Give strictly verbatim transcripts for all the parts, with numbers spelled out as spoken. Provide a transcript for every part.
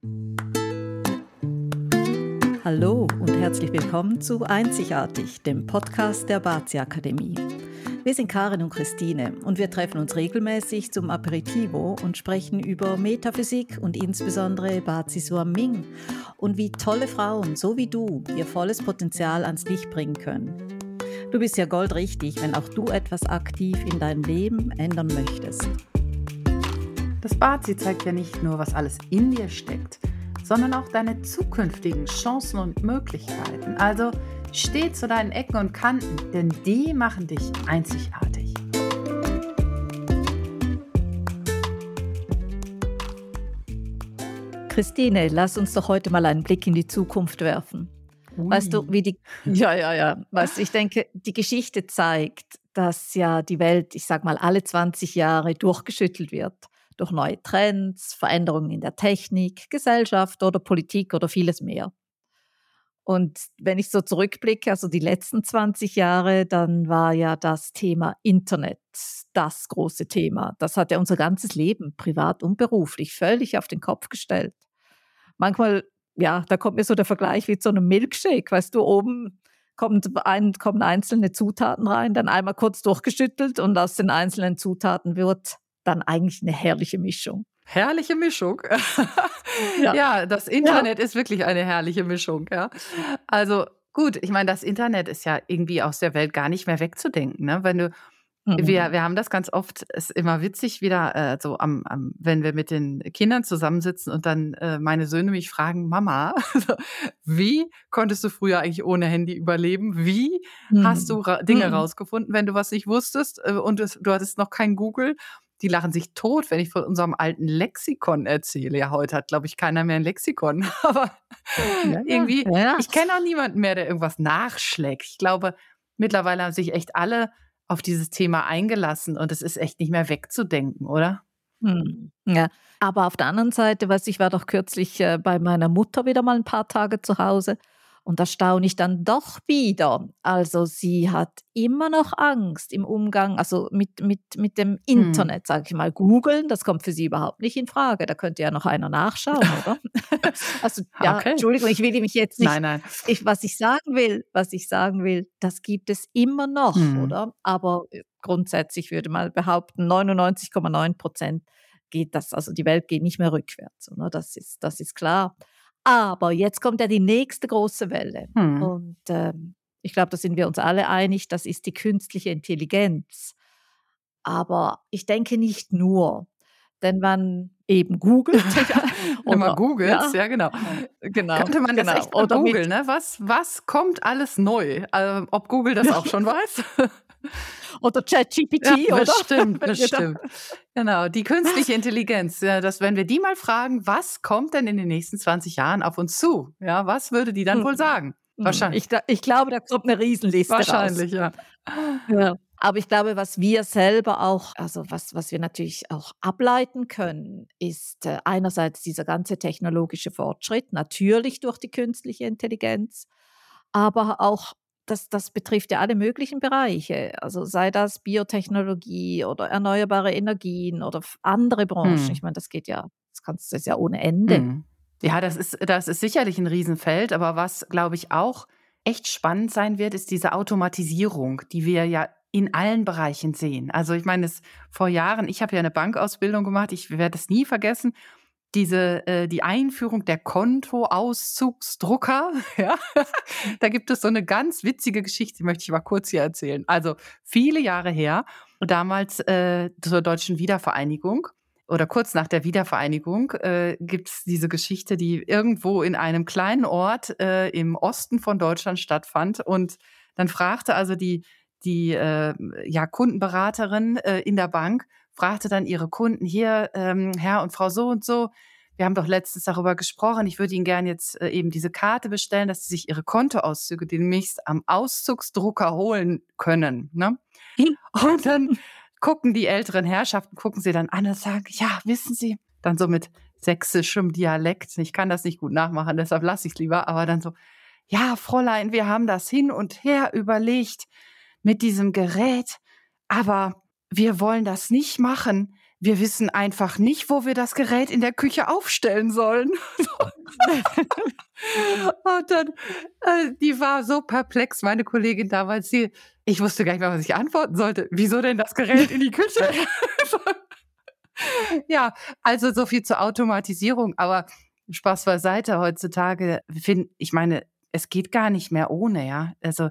Hallo und herzlich willkommen zu Einzigartig, dem Podcast der Bazi Akademie. Wir sind Karin und Christine und wir treffen uns regelmäßig zum Aperitivo und sprechen über Metaphysik und insbesondere Bazi Suam Ming und wie tolle Frauen, so wie du, ihr volles Potenzial ans Licht bringen können. Du bist ja goldrichtig, wenn auch du etwas aktiv in deinem Leben ändern möchtest. Das Bazi zeigt ja nicht nur, was alles in dir steckt, sondern auch deine zukünftigen Chancen und Möglichkeiten. Also steh zu deinen Ecken und Kanten, denn die machen dich einzigartig. Christine, lass uns doch heute mal einen Blick in die Zukunft werfen. Ui. Weißt du, wie die, ja, ja, ja, weißt du, ich denke, die Geschichte zeigt, dass ja die Welt, ich sag mal, alle zwanzig Jahre durchgeschüttelt wird. Durch neue Trends, Veränderungen in der Technik, Gesellschaft oder Politik oder vieles mehr. Und wenn ich so zurückblicke, also die letzten zwanzig Jahre, dann war ja das Thema Internet das große Thema. Das hat ja unser ganzes Leben, privat und beruflich, völlig auf den Kopf gestellt. Manchmal, ja, da kommt mir so der Vergleich wie zu einem Milkshake, weißt du, oben kommt ein, kommen einzelne Zutaten rein, dann einmal kurz durchgeschüttelt und aus den einzelnen Zutaten wird dann eigentlich eine herrliche Mischung. Herrliche Mischung. Ja. Ja, das Internet ist wirklich eine herrliche Mischung, ja. Also gut, ich meine, das Internet ist ja irgendwie aus der Welt gar nicht mehr wegzudenken, ne? Wenn du wir Mhm. wir haben das ganz oft, ist immer witzig wieder, äh, so am am wenn wir mit den Kindern zusammensitzen und dann, äh, meine Söhne mich fragen: „Mama, wie konntest du früher eigentlich ohne Handy überleben? Wie hast du Mhm. ra Dinge Mhm. rausgefunden, wenn du was nicht wusstest, äh, und es du hattest noch kein Google?“ Die lachen sich tot, wenn ich von unserem alten Lexikon erzähle. Ja, heute hat, glaube ich, keiner mehr 'n Lexikon, aber Ja, ja, irgendwie ja, ja. ich kenne auch niemanden mehr, der irgendwas nachschlägt. Ich glaube, mittlerweile haben sich echt alle auf dieses Thema eingelassen und es ist echt nicht mehr wegzudenken, oder? Mhm. Ja. Aber auf der anderen Seite, weißt du, ich war doch kürzlich, äh, bei meiner Mutter wieder mal ein paar Tage zu Hause und da staune ich dann doch wieder. Also, sie hat immer noch Angst im Umgang, also, mit mit mit dem Mhm. Internet, sage ich mal. Googeln, das kommt für sie überhaupt nicht in Frage. Da könnte ja noch einer nachschauen, oder? Also, Ah, ja, okay. Entschuldigung, ich will mich jetzt nicht Nein, nein. ich was ich sagen will was ich sagen will, das gibt es immer noch, Mhm. oder? Aber, äh, grundsätzlich würde mal behaupten, neunundneunzig Komma neun Prozent geht das, also die Welt geht nicht mehr rückwärts, oder? Das ist das ist klar. Aber jetzt kommt ja die nächste große Welle Mhm. und, ähm, ich glaube, da sind wir uns alle einig, das ist die künstliche Intelligenz. Aber ich denke nicht nur, denn man eben googelt, ja, Wenn man oder googelst, ja, ja, genau. genau, Könnte man das genau. echt mal Oder mit googeln, ne? Was was kommt alles neu? Ähm, ob Google das auch schon weiß? oder Ja, ChatGPT, oder? bestimmt, Wenn wir da bestimmt. Genau, die künstliche Intelligenz, ja, dass wenn wir die mal fragen: „Was kommt denn in den nächsten zwanzig Jahren auf uns zu?“ Ja, was würde die dann wohl Mhm. sagen? Mhm. Wahrscheinlich Ich da ich glaube, da kommt 'ne Riesenliste raus. wahrscheinlich, ja. Ja. Aber ich glaube, was wir selber auch, also was was wir natürlich auch ableiten können, ist, äh, einerseits dieser ganze technologische Fortschritt, natürlich durch die künstliche Intelligenz, aber auch das das betrifft ja alle möglichen Bereiche. Also sei das Biotechnologie oder erneuerbare Energien oder f andere Branchen. Ich Mhm. meine, das geht ja das kannst das ist ja ohne Ende. Mhm. Ja, das ist das ist sicherlich 'n Riesenfeld, aber was, glaube ich, auch echt spannend sein wird, ist diese Automatisierung, die wir ja in allen Bereichen sehen. Also, ich meine, es vor Jahren ich habe ja 'ne Bankausbildung gemacht, ich werde es nie vergessen, diese äh, die Einführung der Kontoauszugsdrucker, ja? Da gibt es so 'ne ganz witzige Geschichte, die möchte ich mal kurz hier erzählen. Also, viele Jahre her, damals, äh, zur deutschen Wiedervereinigung oder kurz nach der Wiedervereinigung, äh, gibt's diese Geschichte, die irgendwo in einem kleinen Ort, äh, im Osten von Deutschland stattfand. Und dann fragte also die die, äh, ja, Kundenberaterin, äh, in der Bank fragte dann ihre Kunden: „Hier, ähm, Herr und Frau so und so, wir haben doch letztens darüber gesprochen. Ich würde Ihnen gern jetzt, äh, eben diese Karte bestellen, dass Sie sich Ihre Kontoauszüge demnächst am Auszugsdrucker holen können“, ne? Und dann gucken die älteren Herrschaften gucken sie dann an und sagen: „Ja, wissen Sie“, dann so mit sächsischem Dialekt. Ich kann das nicht gut nachmachen, deshalb lasse ich's lieber, aber dann so: „Ja, Fräulein, wir haben das hin und her überlegt mit diesem Gerät, aber wir wollen das nicht machen. wir wissen einfach nicht, wo wir das Gerät in der Küche aufstellen sollen. Und dann, äh, die war so perplex, meine Kollegin damals, sie, ich wusste gar nicht mehr, was ich antworten sollte. Wieso denn das Gerät in die Küche? Ja, also so viel zur Automatisierung. Aber Spaß beiseite, heutzutage, find, ich meine, es geht gar nicht mehr ohne, ja. Also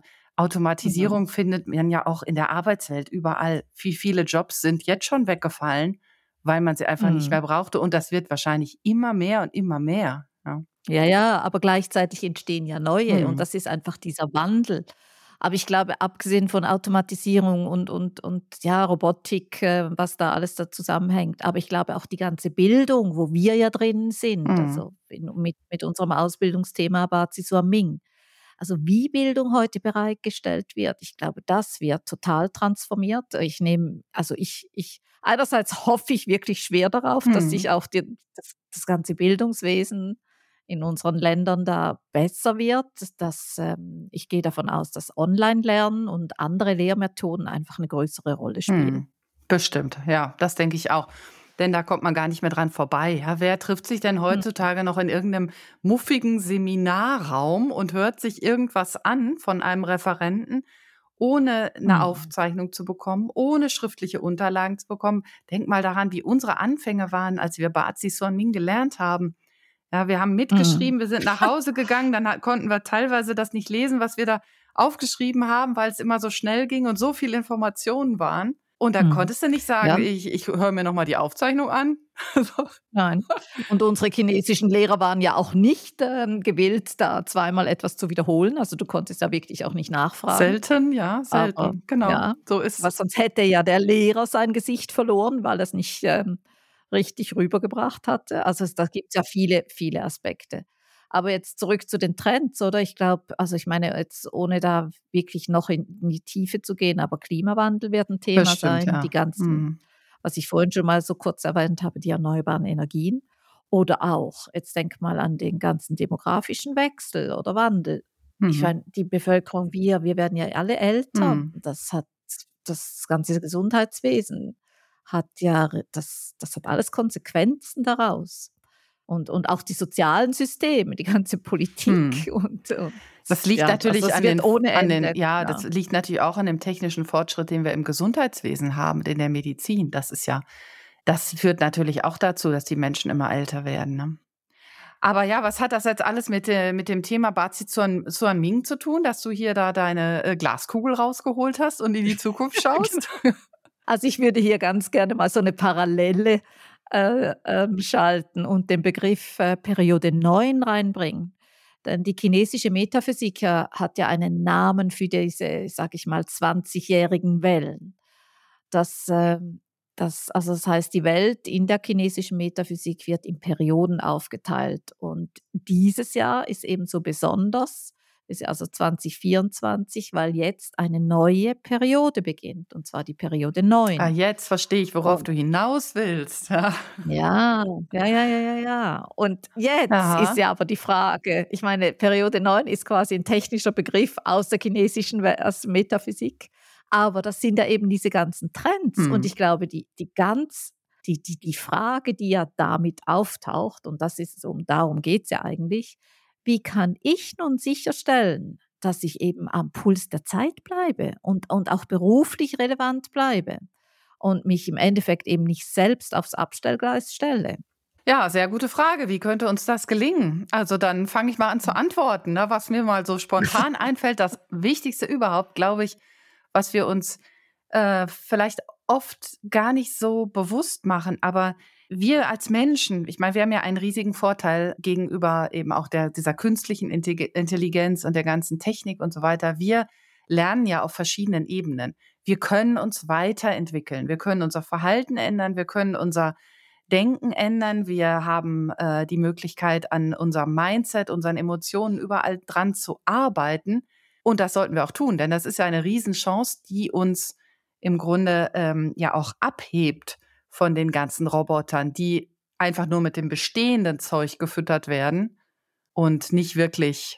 Mhm. Automatisierung findet man ja auch in der Arbeitswelt überall. Wie viele Jobs sind jetzt schon weggefallen, weil man sie einfach nicht Mhm. mehr brauchte. Und das wird wahrscheinlich immer mehr und immer mehr. Ja. Ja, ja, aber gleichzeitig entstehen ja neue und Hm. das ist einfach dieser Wandel. Aber ich glaube, abgesehen von Automatisierung und und und ja, Robotik, äh, was da alles da zusammenhängt, aber ich glaube auch die ganze Bildung, wo wir ja drin sind, Hm. also in mit mit unserem Ausbildungsthema Bazi Suaming. Also, wie Bildung heute bereitgestellt wird, ich glaube, das wird total transformiert. Ich nehme also, ich ich einerseits hoffe ich wirklich schwer darauf, dass Hm. sich auch die das das ganze Bildungswesen in unseren Ländern da besser wird, dass, ähm ich gehe davon aus, dass Online-Lernen und andere Lehrmethoden einfach eine größere Rolle spielen. Mhm. Bestimmt, ja, das denke ich auch. Denn da kommt man gar nicht mehr dran vorbei. Ja, wer trifft sich denn Mhm. heutzutage noch in irgendeinem muffigen Seminarraum und hört sich irgendwas an von einem Referenten, ohne eine Mhm. Aufzeichnung zu bekommen, ohne schriftliche Unterlagen zu bekommen? Denk mal daran, wie unsere Anfänge waren, als wir Bazi Suan gelernt haben. Ja, wir haben Mhm. mitgeschrieben, wir sind nach Hause gegangen, dann ha konnten wir teilweise das nicht lesen, was wir da aufgeschrieben haben, weil es immer so schnell ging und so viel Informationen waren. Und da Mhm. konntest du nicht sagen: Ja. „Ich ich höre mir noch mal die Aufzeichnung an." So. Nein. Und unsere chinesischen Lehrer waren ja auch nicht, ähm, gewillt, da zweimal etwas zu wiederholen. Also, du konntest ja wirklich auch nicht nachfragen. Selten, ja, Aber selten. Genau, ja, so ist was sonst hätte ja der Lehrer sein Gesicht verloren, weil er's nicht, ähm, richtig rübergebracht hatte. Also, es da gibt's ja viele, viele Aspekte. Aber jetzt zurück zu den Trends, oder? Ich glaube also, ich meine jetzt, ohne da wirklich noch in in die Tiefe zu gehen, aber Klimawandel wird 'n Thema bestimmt, sein, die ja. ganzen Mhm. was ich vorhin schon mal so kurz erwähnt habe, die erneuerbaren Energien oder auch jetzt denk mal an den ganzen demografischen Wechsel oder Wandel. Ich Mhm. meine, die Bevölkerung, wir wir werden ja alle älter. Mhm. Das hat das ganze Gesundheitswesen hat ja r das das hat alles Konsequenzen daraus. Und und auch die sozialen Systeme, die ganze Mhm. Politik und und Das liegt ja, also natürlich es an den wird F ohne an den Ende, ja, das ja. liegt natürlich auch an dem technischen Fortschritt, den wir im Gesundheitswesen haben, in der Medizin. Das ist ja das führt natürlich auch dazu, dass die Menschen immer älter werden, ne? Aber ja, was hat das jetzt alles mit, äh mit dem Thema Bazi Zuan Suanming zu tun, dass du hier da deine, äh, Glaskugel rausgeholt hast und in die Zukunft Genau. schaust? Also, ich würde hier ganz gerne mal so 'ne Parallele, äh, ähm, schalten und den Begriff, äh, Periode neun reinbringen. Denn die chinesische Metaphysik ja hat ja einen Namen für diese, sage ich mal, zwanzigjährigen Wellen. Das, ähm das also, das heißt, die Welt in der chinesischen Metaphysik wird in Perioden aufgeteilt und dieses Jahr ist eben so besonders, ist ja also zwanzig vierundzwanzig, weil jetzt eine neue Periode beginnt, und zwar die Periode Ah, neun. jetzt verstehe ich, worauf Und du hinaus willst. Ja. ja, ja, ja, ja, ja, ja. Und jetzt ist Aha. ja aber die Frage, ich meine, Periode neun ist quasi 'n technischer Begriff aus der chinesischen We aus Metaphysik, aber das sind ja eben diese ganzen Trends und Mhm. ich glaube, die die ganz die die die Frage, die ja damit auftaucht, und das ist so darum geht's ja eigentlich: Wie kann ich nun sicherstellen, dass ich eben am Puls der Zeit bleibe und und auch beruflich relevant bleibe und mich im Endeffekt eben nicht selbst aufs Abstellgleis stelle? Ja, sehr gute Frage. Wie könnte uns das gelingen? Also, dann fange ich mal an zu antworten, ne? Was mir mal so spontan einfällt, das Wichtigste überhaupt, glaube ich, was wir uns, äh, vielleicht oft gar nicht so bewusst machen, aber wir als Menschen, ich meine, wir haben ja einen riesigen Vorteil gegenüber eben auch der dieser künstlichen Intige Intelligenz und der ganzen Technik und so weiter. Wir lernen ja auf verschiedenen Ebenen. Wir können uns weiterentwickeln. Wir können unser Verhalten ändern. Wir können unser Denken ändern. Wir haben, äh, die Möglichkeit, an unserem Mindset, unseren Emotionen überall dran zu arbeiten. Und das sollten wir auch tun, denn das ist ja eine Riesenchance, die uns im Grunde, ähm, ja auch abhebt von den ganzen Robotern, die einfach nur mit dem bestehenden Zeug gefüttert werden und nicht wirklich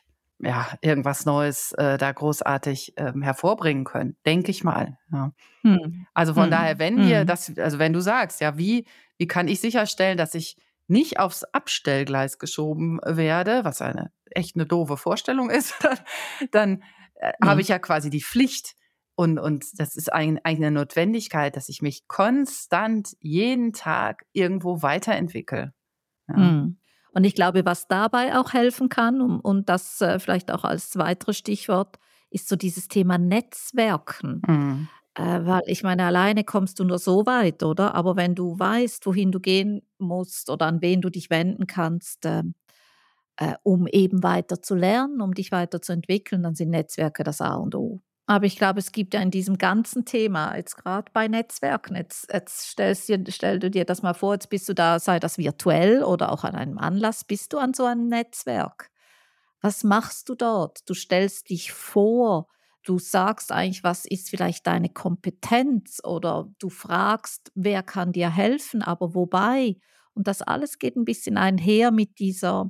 ja, irgendwas Neues äh, da großartig ähm, hervorbringen können, denke ich mal. Ja. Mhm. Also von daher, Mhm. wenn wir Mhm. das, also wenn du sagst, ja, wie, wie kann ich sicherstellen, dass ich nicht aufs Abstellgleis geschoben werde, was eine echt eine doofe Vorstellung ist, dann, dann äh, habe Mhm. ich ja quasi die Pflicht und, und das ist ein, eigentlich eine Notwendigkeit, dass ich mich konstant jeden Tag irgendwo weiterentwickle. Ja. Mhm. Und ich glaube, was dabei auch helfen kann, um und das, äh, vielleicht auch als weiteres Stichwort, ist so dieses Thema Netzwerken. Mhm. Äh, weil ich meine, alleine kommst du nur so weit, oder? Aber wenn du weißt, wohin du gehen musst oder an wen du dich wenden kannst, ähm, äh, um eben weiter zu lernen, um dich weiterzuentwickeln, dann sind Netzwerke das A und O. Aber ich glaube, es gibt ja in diesem ganzen Thema, jetzt gerade bei Netzwerken, jetzt, jetzt stellst dir, stell du dir das mal vor, jetzt bist du da, sei das virtuell oder auch an einem Anlass, bist du an so einem Netzwerk. Was machst du dort? Du stellst dich vor, du sagst eigentlich, was ist vielleicht deine Kompetenz oder du fragst, wer kann dir helfen, aber wobei. Und das alles geht ein bisschen einher mit dieser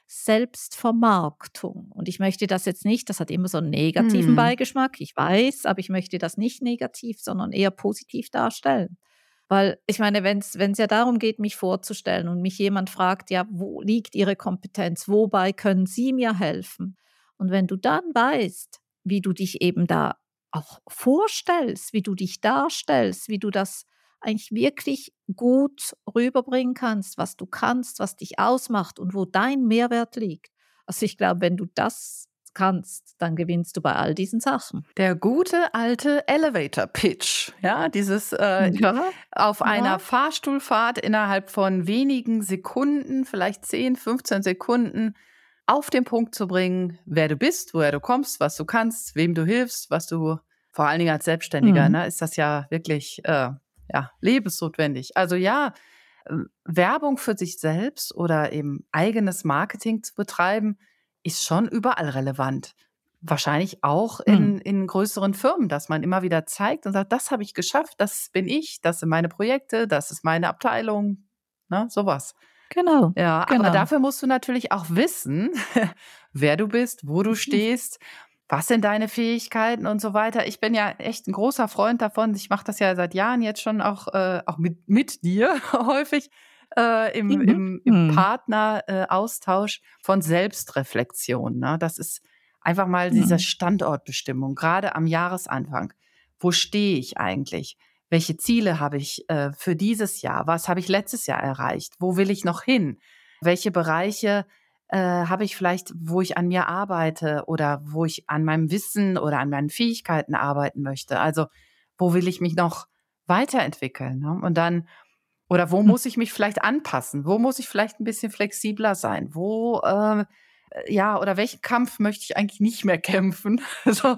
Selbstvermarktung. Und ich möchte das jetzt nicht, das hat immer so einen negativen Mhm. Beigeschmack, ich weiß, aber ich möchte das nicht negativ, sondern eher positiv darstellen. Weil ich meine, wenn es ja darum geht, mich vorzustellen und mich jemand fragt, ja, wo liegt Ihre Kompetenz? Wobei können Sie mir helfen? Und wenn du dann weißt, wie du dich eben da auch vorstellst, wie du dich darstellst, wie du das eigentlich wirklich gut rüberbringen kannst, was du kannst, was dich ausmacht und wo dein Mehrwert liegt. Also ich glaube, wenn du das kannst, dann gewinnst du bei all diesen Sachen. Der gute alte Elevator Pitch, ja, dieses äh, Ja, auf einer ja. Fahrstuhlfahrt innerhalb von wenigen Sekunden, vielleicht zehn, fünfzehn Sekunden, auf den Punkt zu bringen, wer du bist, woher du kommst, was du kannst, wem du hilfst, was du vor allen Dingen als Selbstständiger, Mhm. ne, ist das ja wirklich äh, ja, lebensnotwendig. Also ja, äh, Werbung für sich selbst oder eben eigenes Marketing zu betreiben, ist schon überall relevant. Wahrscheinlich auch Mhm. in in größeren Firmen, dass man immer wieder zeigt und sagt: „Das habe ich geschafft, das bin ich, das sind meine Projekte, das ist meine Abteilung“, ne, so was. Genau, Ja, aber genau. dafür musst du natürlich auch wissen, wer du bist, wo du stehst, was sind deine Fähigkeiten und so weiter. Ich bin ja echt 'n großer Freund davon. Ich mache das ja seit Jahren jetzt schon auch äh, auch mit mit dir häufig, äh, im Mhm. im im Mhm. Partner äh, Austausch von Selbstreflexion, ne? Das ist einfach mal diese Mhm. Standortbestimmung, grade am Jahresanfang. Wo stehe ich eigentlich? Welche Ziele habe ich äh, für dieses Jahr? Was habe ich letztes Jahr erreicht? Wo will ich noch hin? Welche Bereiche äh, habe ich vielleicht, wo ich an mir arbeite oder wo ich an meinem Wissen oder an meinen Fähigkeiten arbeiten möchte? Also, wo will ich mich noch weiterentwickeln, ne? Und dann oder wo Hm. muss ich mich vielleicht anpassen? Wo muss ich vielleicht ein bisschen flexibler sein? Wo, äh, äh, ja, oder welchen Kampf möchte ich eigentlich nicht mehr kämpfen? So,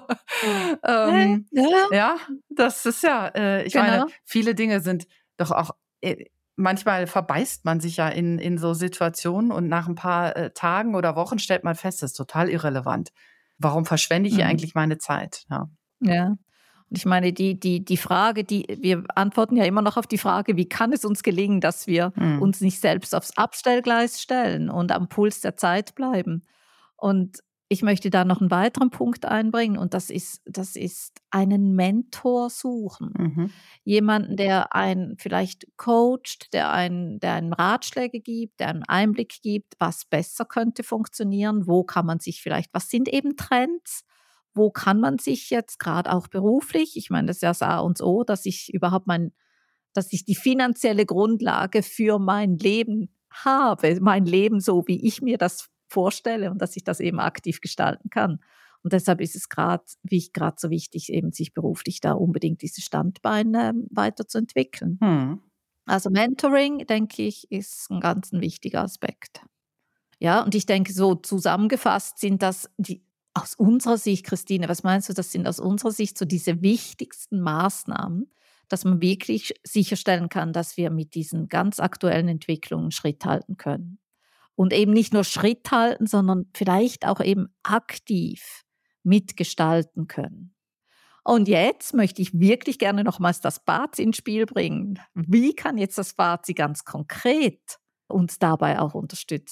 Ja, ähm, ja, ja, das ist ja äh, ich meine, genau. viele Dinge sind doch auch äh, manchmal verbeißt man sich ja in in so Situationen und nach ein paar äh, Tagen oder Wochen stellt man fest, das ist total irrelevant. Warum verschwende ich hier Mhm. eigentlich meine Zeit? Ja. Ja. Und ich meine, die die die Frage, die wir antworten ja immer noch auf die Frage: „Wie kann es uns gelingen, dass wir Mhm. uns nicht selbst aufs Abstellgleis stellen und am Puls der Zeit bleiben?“ Und ich möchte da noch einen weiteren Punkt einbringen und das ist das ist einen Mentor suchen. Mhm. Jemanden, der einen vielleicht coacht, der einen der einem Ratschläge gibt, der einen Einblick gibt, was besser könnte funktionieren, wo kann man sich vielleicht was sind eben Trends, wo kann man sich jetzt gerade auch beruflich ich meine, das ist ja das A und O, dass ich überhaupt mein dass ich die finanzielle Grundlage für mein Leben habe, mein Leben so, wie ich mir das vorstelle und dass ich das eben aktiv gestalten kann. Und deshalb ist es gerade, wie ich gerade so wichtig, eben sich beruflich da unbedingt dieses Standbein, ähm, weiterzuentwickeln. Mhm. Also Mentoring, denke ich, ist ein ganz 'n wichtiger Aspekt. Ja, und ich denke, so zusammengefasst sind das die aus unserer Sicht, Christine, was meinst du, das sind aus unserer Sicht so diese wichtigsten Maßnahmen, dass man wirklich sicherstellen kann, dass wir mit diesen ganz aktuellen Entwicklungen Schritt halten können. Und eben nicht nur Schritt halten, sondern vielleicht auch eben aktiv mitgestalten können. Und jetzt möchte ich wirklich gerne nochmals das Bazi ins Spiel bringen. Wie kann jetzt das Bazi ganz konkret uns dabei auch unterstützen?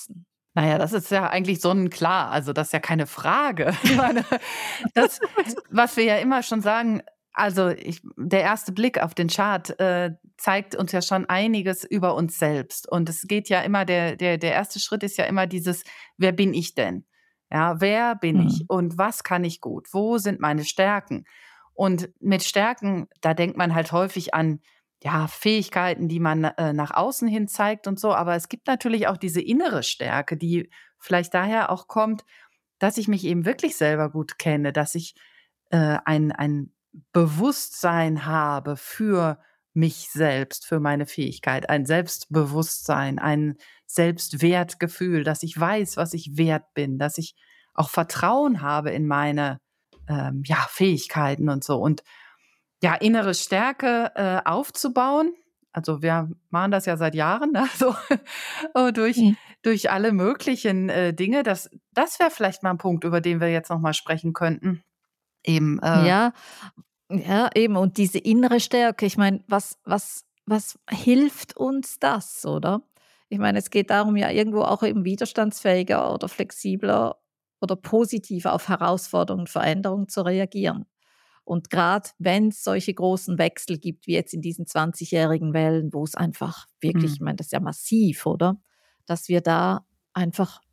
Na ja, das ist ja eigentlich sonnenklar. Also, das ist ja keine Frage. Ich meine, das, was wir ja immer schon sagen, also ich der erste Blick auf den Chart, äh, zeigt uns ja schon einiges über uns selbst. Und es geht ja immer der der der erste Schritt ist ja immer dieses: „Wer bin ich denn?“ Ja, wer bin ich Mhm. und was kann ich gut? Wo sind meine Stärken? Und mit Stärken, da denkt man halt häufig an, ja, Fähigkeiten, die man, äh, nach außen hin zeigt und so. Aber es gibt natürlich auch diese innere Stärke, die vielleicht daher auch kommt, dass ich mich eben wirklich selber gut kenne, dass ich, äh, ein ein Bewusstsein habe für mich selbst, für meine Fähigkeit, ein Selbstbewusstsein, ein Selbstwertgefühl, dass ich weiß, was ich wert bin, dass ich auch Vertrauen habe in meine, ähm, ja, Fähigkeiten und so. Und ja, innere Stärke, äh, aufzubauen. Also, wir machen das ja seit Jahren, ne, so äh, durch Mhm. durch alle möglichen, äh, Dinge. Das das wäre vielleicht mal 'n Punkt, über den wir jetzt noch mal sprechen könnten. Eben, äh Ja, ja, eben und diese innere Stärke, ich meine, was was was hilft uns das, oder? Ich meine, es geht darum, ja irgendwo auch eben widerstandsfähiger oder flexibler oder positiver auf Herausforderungen und Veränderungen zu reagieren. Und gerade wenn es solche großen Wechsel gibt, wie jetzt in diesen zwanzigjährigen Wellen, wo es einfach wirklich, ich mhm. meine, das ist ja massiv, oder? Dass wir da einfach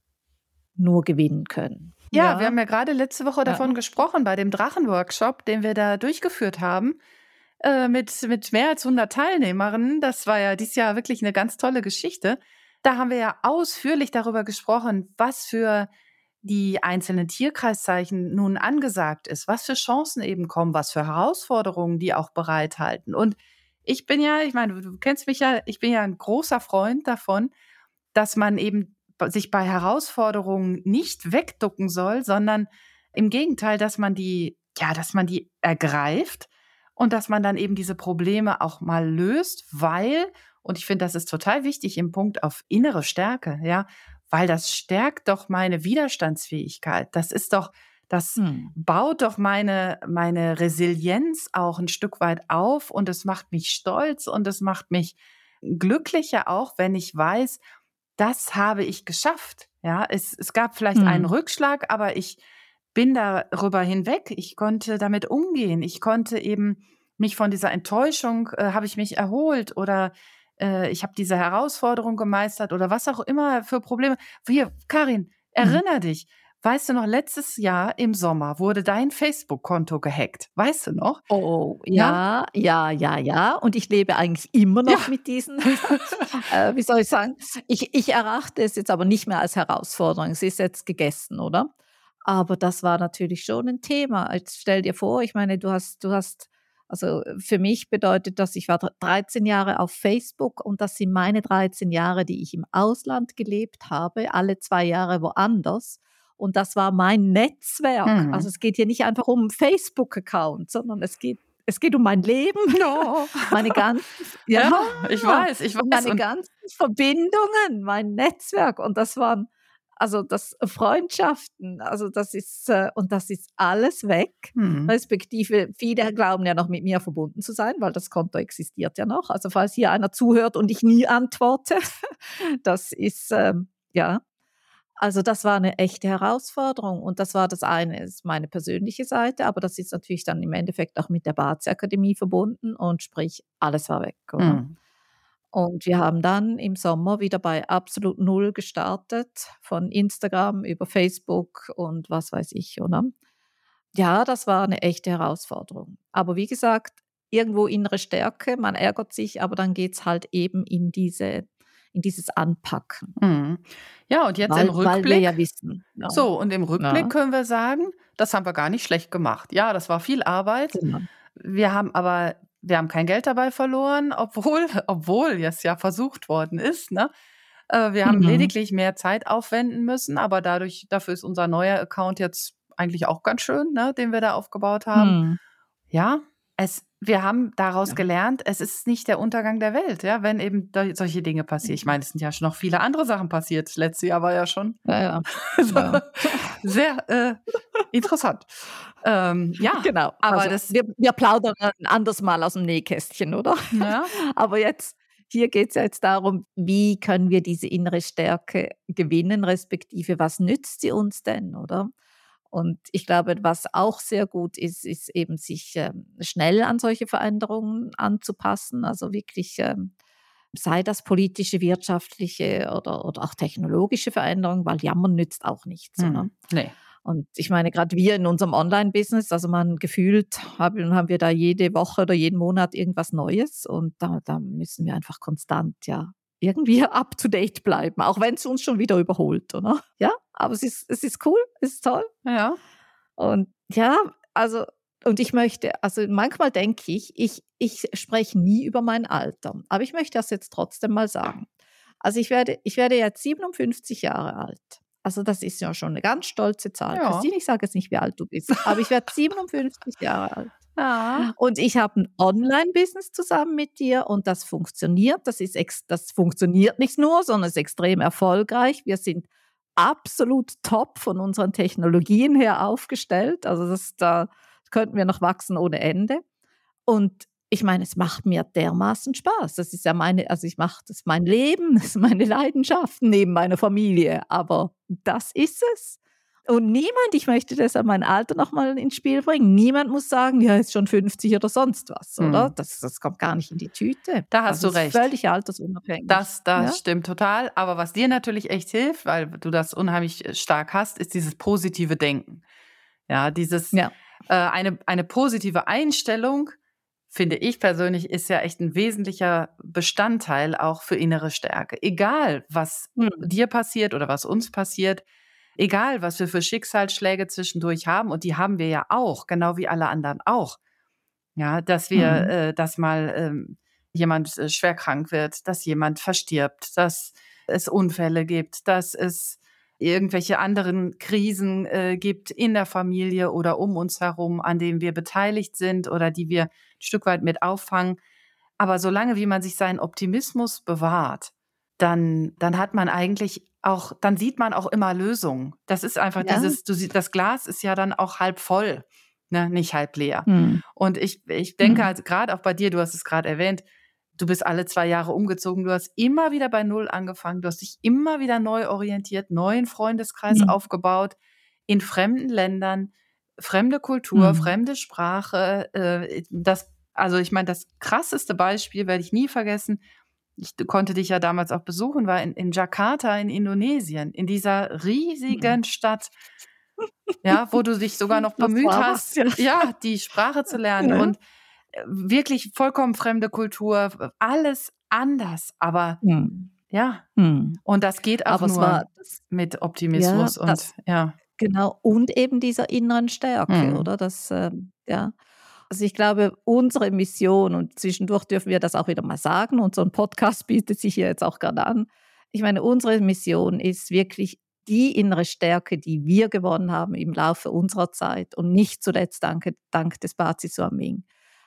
nur gewinnen können. Ja, wir Ja, haben ja grade letzte Woche ja. davon gesprochen bei dem Drachenworkshop, den wir da durchgeführt haben, äh, mit mit mehr als hundert Teilnehmerinnen. Das war ja dieses Jahr wirklich 'ne ganz tolle Geschichte. Da haben wir ja ausführlich darüber gesprochen, was für die einzelnen Tierkreiszeichen nun angesagt ist, was für Chancen eben kommen, was für Herausforderungen die auch bereithalten. Und ich bin ja ich meine, du du kennst mich ja, ich bin ja 'n großer Freund davon, dass man eben b sich bei Herausforderungen nicht wegducken soll, sondern im Gegenteil, dass man die ja, dass man die ergreift und dass man dann eben diese Probleme auch mal löst, weil und ich finde, das ist total wichtig im Punkt auf innere Stärke, ja, weil das stärkt doch meine Widerstandsfähigkeit. Das ist doch das Mhm. baut doch meine meine Resilienz auch 'n Stück weit auf und es macht mich stolz und es macht mich glücklicher auch, wenn ich weiß, das habe ich geschafft. Ja, es es gab vielleicht einen Mhm. Rückschlag, aber ich bin darüber hinweg. Ich konnte damit umgehen. Ich konnte eben mich von dieser Enttäuschung äh, habe ich mich erholt oder, äh, ich habe diese Herausforderung gemeistert oder was auch immer für Probleme. Hier, Karin, Mhm. erinner dich. Weißt du noch, letztes Jahr im Sommer wurde dein Facebook-Konto gehackt. Weißt du noch? Oh, Ja? ja, ja, ja, ja. Und ich lebe eigentlich immer Ja. noch mit diesen, äh, wie soll ich sagen? Ich ich erachte es jetzt aber nicht mehr als Herausforderung. Es ist jetzt gegessen, oder? Aber das war natürlich schon ein Thema. Jetzt stell dir vor, ich meine, du hast du hast also, äh, für mich bedeutet das, ich war dr dreizehn Jahre auf Facebook und das sind meine dreizehn Jahre, die ich im Ausland gelebt habe, alle zwei Jahre woanders. Und das war mein Netzwerk. Also, Mhm. es geht hier nicht einfach um 'n Facebook-Account, sondern es geht es geht um mein Leben, Ja. meine ganzen ja, Ja, ich weiß, ich und weiß meine und ganzen Verbindungen, mein Netzwerk. Und das waren also, das Freundschaften, also, das ist, äh und das ist alles weg, mhm. respektive viele glauben ja noch mit mir verbunden zu sein, weil das Konto existiert ja noch. Also, falls hier einer zuhört und ich nie antworte, das ist, ähm ja. Also, das war 'ne echte Herausforderung und das war das eine ist meine persönliche Seite, aber das ist natürlich dann im Endeffekt auch mit der Bazi-Akademie verbunden und sprich, alles war weg, oder? Mhm. Und wir haben dann im Sommer wieder bei absolut null gestartet, von Instagram über Facebook und was weiß ich, oder? Ja, das war 'ne echte Herausforderung. Aber wie gesagt, irgendwo innere Stärke, man ärgert sich, aber dann geht's halt eben in diese in dieses Anpacken, Mhm. Ja, und jetzt im weil weil wir ja Rückblick wissen, ja, so, und im Rückblick ne? können wir sagen, das haben wir gar nicht schlecht gemacht. Ja, das war viel Arbeit. Genau. Wir haben aber wir haben kein Geld dabei verloren, obwohl obwohl es ja versucht worden ist, ne? Äh, wir haben Mhm. lediglich mehr Zeit aufwenden müssen, aber dadurch dafür ist unser neuer Account jetzt eigentlich auch ganz schön, ne, den wir da aufgebaut haben. Mhm. Ja, es wir haben daraus Ja. gelernt, es ist nicht der Untergang der Welt, ja, wenn eben dol solche Dinge passieren. Ich Mhm. meine, es sind ja schon noch viele andere Sachen passiert. Das letzte Jahr war ja schon Ja, ja. so Ja. sehr, äh, interessant. Ähm, ja, Genau. aber Also, das wir wir plaudern ein anderes Mal aus'm Nähkästchen, oder? ja, Aber jetzt hier geht es ja jetzt darum, wie können wir diese innere Stärke gewinnen, respektive was nützt sie uns denn, oder? Und ich glaube, was auch sehr gut ist, ist eben sich ähm, schnell an solche Veränderungen anzupassen. Also wirklich, ähm, sei das politische, wirtschaftliche oder, oder auch technologische Veränderungen, weil Jammern nützt auch nichts, oder? Mhm. Ne. Und ich meine, gerade wir in unserem Online-Business, also man gefühlt haben, haben wir da jede Woche oder jeden Monat irgendwas Neues und da, da müssen wir einfach konstant, ja, irgendwie up to date bleiben, auch wenn es uns schon wieder überholt, oder? Ja, aber es ist, es ist cool, es ist toll. Ja. Und ja, also, und ich möchte, also manchmal denke ich, ich, ich spreche nie über mein Alter, aber ich möchte das jetzt trotzdem mal sagen. Also ich werde, ich werde jetzt siebenundfünfzig Jahre alt. Also das ist ja schon eine ganz stolze Zahl. Ja. Christine, ich sage jetzt nicht, wie alt du bist, aber ich werde siebenundfünfzig Jahre alt. Ja. Und ich habe ein Online-Business zusammen mit dir und das funktioniert. Das ist ex das funktioniert nicht nur, sondern ist extrem erfolgreich. Wir sind absolut top von unseren Technologien her aufgestellt. Also das da könnten wir noch wachsen ohne Ende. Und ich meine, es macht mir dermaßen Spaß. Das ist ja meine, also ich mache das ist mein Leben, das ist meine Leidenschaft neben meiner Familie, aber das ist es. Und niemand, ich möchte deshalb mein Alter noch mal ins Spiel bringen, niemand muss sagen: „Ja, ist schon fünfzig oder sonst was“, oder? Mhm. Das das kommt gar nicht in die Tüte. Da hast Also, du es ist recht. völlig altersunabhängig, Das das ja? stimmt total. Aber was dir natürlich echt hilft, weil du das unheimlich, äh, stark hast, ist dieses positive Denken. Ja, dieses Ja, äh, eine eine positive Einstellung, finde ich persönlich, ist ja echt ein wesentlicher Bestandteil auch für innere Stärke. Egal, was mhm, dir passiert oder was uns passiert, egal, was wir für Schicksalsschläge zwischendurch haben, und die haben wir ja auch, genau wie alle anderen auch. Ja, dass wir mhm, äh, dass mal, ähm, jemand, äh, schwer krank wird, dass jemand verstirbt, dass es Unfälle gibt, dass es irgendwelche anderen Krisen, äh, gibt in der Familie oder um uns herum, an denen wir beteiligt sind oder die wir 'n Stück weit mit auffangen. Aber solange wie man sich seinen Optimismus bewahrt, dann dann hat man eigentlich auch dann sieht man auch immer Lösungen. Das ist einfach ja, dieses du sie das Glas ist ja dann auch halb voll, ne, nicht halb leer. mhm, Und ich ich denke, mhm, also, grad auch bei dir, du hast es grad erwähnt, du bist alle zwei Jahre umgezogen. Du hast immer wieder bei Null angefangen. Du hast dich immer wieder neu orientiert, neuen Freundeskreis mhm, aufgebaut, in fremden Ländern, fremde Kultur, mhm, fremde Sprache. Äh, das also, ich meine, das krasseste Beispiel werde ich nie vergessen. Ich konnte dich ja damals auch besuchen, war in in Jakarta in Indonesien, in dieser mhm. riesigen Stadt, ja, wo du dich sogar noch Das bemüht war was, hast, ja. ja, die Sprache zu lernen Ja. und, äh, wirklich vollkommen fremde Kultur, w alles anders, aber Mhm, ja, mhm. und das geht auch Aber es nur war das, mit ja, Optimismus und das ja. genau, und eben dieser inneren Stärke, Mhm. oder? Das, ähm, ja. Also, ich glaube, unsere Mission, und zwischendurch dürfen wir das auch wieder mal sagen und so 'n Podcast bietet sich hier jetzt auch grad an. Ich meine, unsere Mission ist wirklich die innere Stärke, die wir gewonnen haben im Laufe unserer Zeit und nicht zuletzt danke dank des Bazi Suaming.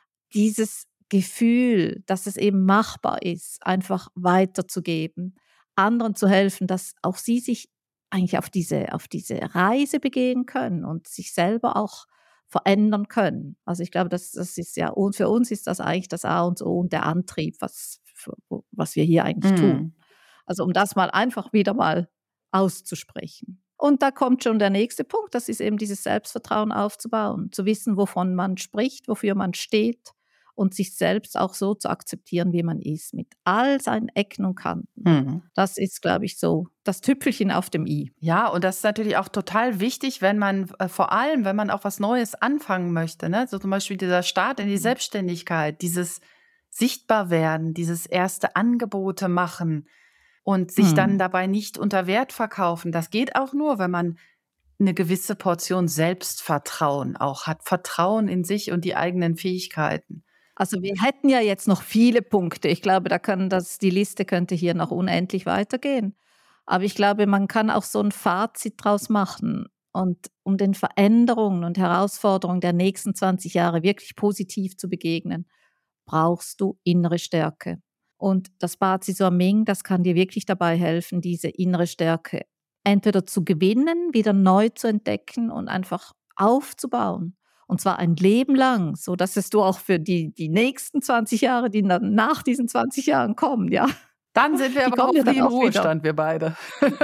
Dieses Gefühl, dass es eben machbar ist, einfach weiterzugeben, anderen zu helfen, dass auch sie sich eigentlich auf diese auf diese Reise begeben können und sich selber auch verändern können. Also, ich glaube, das das ist ja, und für uns ist das eigentlich das A und O und der Antrieb, was für was wir hier eigentlich tun. Mhm. Also, um das mal einfach wieder mal auszusprechen. Und da kommt schon der nächste Punkt, das ist eben dieses Selbstvertrauen aufzubauen, zu wissen, wovon man spricht, wofür man steht und sich selbst auch so zu akzeptieren, wie man ist, mit all seinen Ecken und Kanten. Mhm. Das ist, glaube ich, so das Tüpfelchen auf dem i. Ja, und das ist natürlich auch total wichtig, wenn man äh, vor allem, wenn man auch was Neues anfangen möchte, ne? So zum Beispiel dieser Start in die Mhm. Selbstständigkeit, dieses Sichtbarwerden, dieses erste Angebote machen und sich dann Mhm. dabei nicht unter Wert verkaufen. Das geht auch nur, wenn man eine gewisse Portion Selbstvertrauen auch hat, Vertrauen in sich und die eigenen Fähigkeiten. Also, wir hätten ja jetzt noch viele Punkte. Ich glaube, da kann das die Liste könnte hier noch unendlich weitergehen. Aber ich glaube, man kann auch so 'n Fazit draus machen. Und um den Veränderungen und Herausforderungen der nächsten zwanzig Jahre wirklich positiv zu begegnen, brauchst du innere Stärke. Und das Bazi Suaming, das kann dir wirklich dabei helfen, diese innere Stärke entweder zu gewinnen, wieder neu zu entdecken und einfach aufzubauen. Und zwar ein Leben lang, so dass es du auch für die, die nächsten zwanzig Jahre, die dann nach diesen zwanzig Jahren kommen, ja. Dann sind wir Die aber kommen ja hoffentlich dann im auch wieder. Ruhestand, wir beide.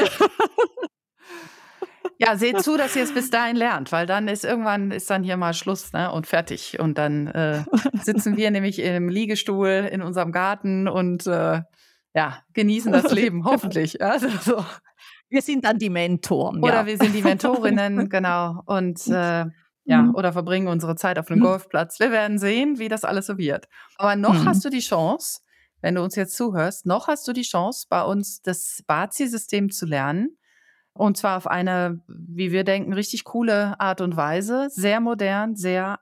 Ja, seht zu, dass ihr es bis dahin lernt, weil dann ist irgendwann ist dann hier mal Schluss, ne, und fertig. Und dann äh, sitzen wir nämlich im Liegestuhl in unserem Garten und äh, ja, genießen das Leben, hoffentlich. Also, so. Wir sind dann die Mentoren, Oder ja. wir sind die Mentorinnen, genau. Und äh, ja, Mhm. oder verbringen unsere Zeit auf einem Golfplatz. Wir werden sehen, wie das alles so wird. Aber noch Mhm. hast du die Chance, wenn du uns jetzt zuhörst, noch hast du die Chance, bei uns das Bazi-System zu lernen. Und zwar auf eine, wie wir denken, richtig coole Art und Weise. Sehr modern, sehr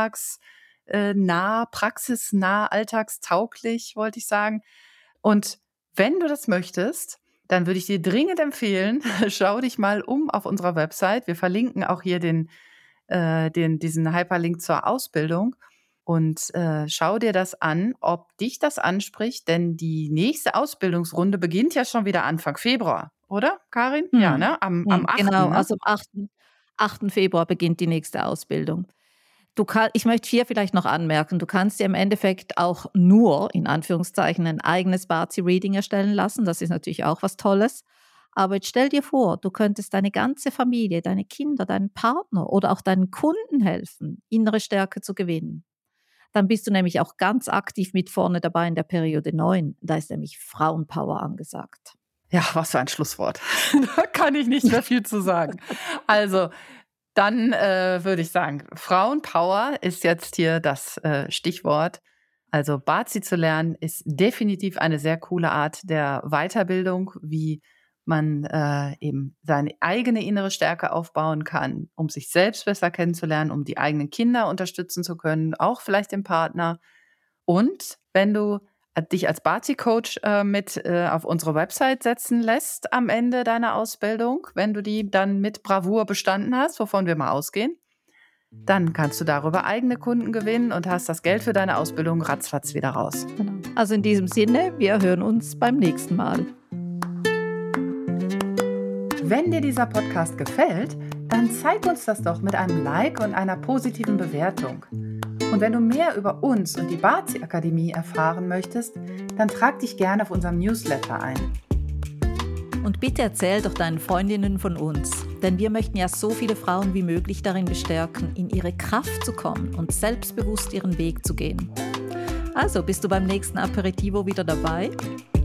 alltagsnah, praxisnah, alltagstauglich, wollte ich sagen. Und wenn du das möchtest, dann würde ich dir dringend empfehlen, schau dich mal um auf unserer Website. Wir verlinken auch hier den, äh, den, diesen Hyperlink zur Ausbildung. Und äh, schau dir das an, ob dich das anspricht, denn die nächste Ausbildungsrunde beginnt ja schon wieder Anfang Februar, oder, Karin? Ja, Mhm. ne? Am, am Mhm, achten genau, Ne? also am achten achten Februar beginnt die nächste Ausbildung. Du kann, ich möchte hier vielleicht noch anmerken, du kannst dir im Endeffekt auch nur, in Anführungszeichen, ein eigenes Bazi-Reading erstellen lassen. Das ist natürlich auch was Tolles. Aber jetzt stell dir vor, du könntest deine ganze Familie, deine Kinder, deinen Partner oder auch deinen Kunden helfen, innere Stärke zu gewinnen. Dann bist du nämlich auch ganz aktiv mit vorne dabei in der Periode neun. Da ist nämlich Frauenpower angesagt. Ja, was für ein Schlusswort. Da kann ich nicht mehr viel zu sagen. Also, dann äh, würde ich sagen, Frauenpower ist jetzt hier das äh, Stichwort. Also Bazi zu lernen ist definitiv eine sehr coole Art der Weiterbildung, wie man äh, eben seine eigene innere Stärke aufbauen kann, um sich selbst besser kennenzulernen, um die eigenen Kinder unterstützen zu können, auch vielleicht den Partner. Und wenn du äh, dich als Bazi-Coach äh, mit äh, auf unsere Website setzen lässt am Ende deiner Ausbildung, wenn du die dann mit Bravour bestanden hast, wovon wir mal ausgehen, dann kannst du darüber eigene Kunden gewinnen und hast das Geld für deine Ausbildung ratzfatz wieder raus. Genau. Also in diesem Sinne, wir hören uns beim nächsten Mal. Wenn dir dieser Podcast gefällt, dann zeig uns das doch mit einem Like und einer positiven Bewertung. Und wenn du mehr über uns und die Bazi-Akademie erfahren möchtest, dann trag dich gerne auf unserem Newsletter ein. Und bitte erzähl doch deinen Freundinnen von uns, denn wir möchten ja so viele Frauen wie möglich darin bestärken, in ihre Kraft zu kommen und selbstbewusst ihren Weg zu gehen. Also, bist du beim nächsten Aperitivo wieder dabei?